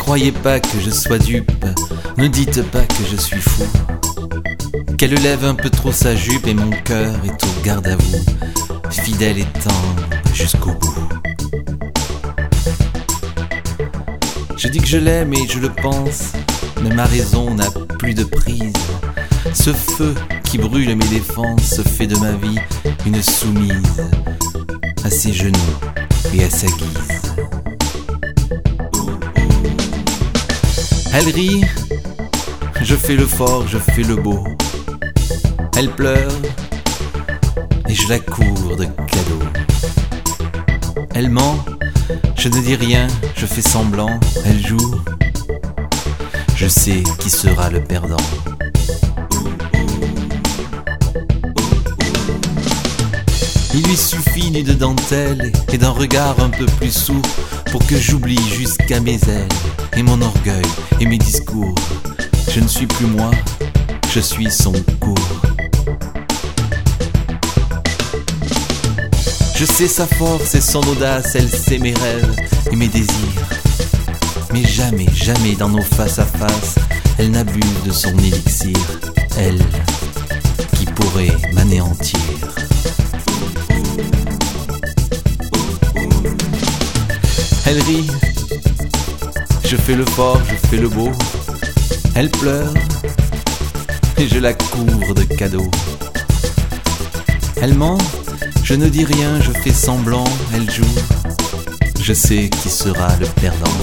croyez pas que je sois dupe, ne dites pas que je suis fou. Qu'elle lève un peu trop sa jupe et mon cœur est au garde à vous, fidèle et tendre jusqu'au bout. Je dis que je l'aime et je le pense, mais ma raison n'a plus de prise. Ce feu qui brûle mes défenses fait de ma vie une soumise à ses genoux et à sa guise. Elle rit, je fais le fort, je fais le beau. Elle pleure et je la couvre de cadeaux. Elle ment, je ne dis rien, je fais semblant. Elle joue, je sais qui sera le perdant. Il lui suffit ni de dentelle et d'un regard un peu plus sourd pour que j'oublie jusqu'à mes ailes et mon orgueil et mes discours. Je ne suis plus moi, je suis son cours. Je sais sa force et son audace, elle sait mes rêves et mes désirs. Mais jamais, jamais dans nos face à face, elle n'abuse de son élixir. Elle qui pourrait m'anéantir. Elle rit, je fais le fort, je fais le beau. Elle pleure et je la couvre de cadeaux. Elle ment, je ne dis rien, je fais semblant. Elle joue, je sais qui sera le perdant.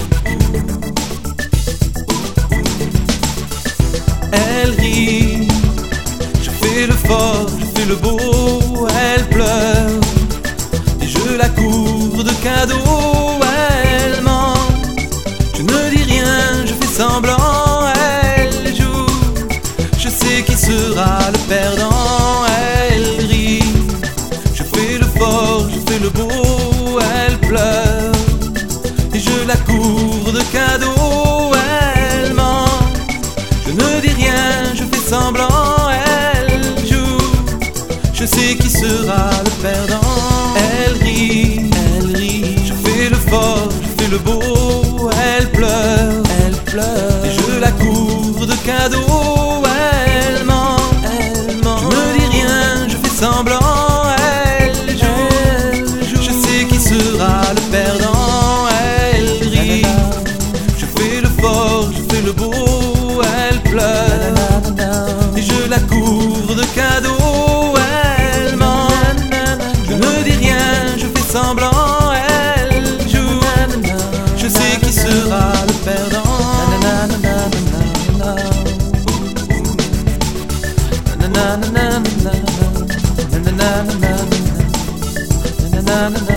Elle rit, je fais le fort, je fais le beau. Elle pleure et je la couvre de cadeaux. Elle ment, je ne dis rien, je fais semblant. Elle joue, je sais qui sera le perdant. Elle rit, je fais le fort, je fais le beau. Elle pleure et je la couvre de cadeaux. Elle ment, je ne dis rien, je fais semblant. Elle joue, je sais qui sera le perdant. Elle rit, je fais le fort, je fais le beau. Elle pleure et je la couvre de cadeaux. Elle ment, je ne dis rien, je fais semblant. Elle joue, je sais qui sera le perdant. Elle rit, je fais le fort, je fais le beau. Elle pleure et je la couvre de cadeaux. Elle ment, je ne dis rien, je fais semblant. Elle joue, je sais qui sera le perdant. Na na na na na na na na na na na na na.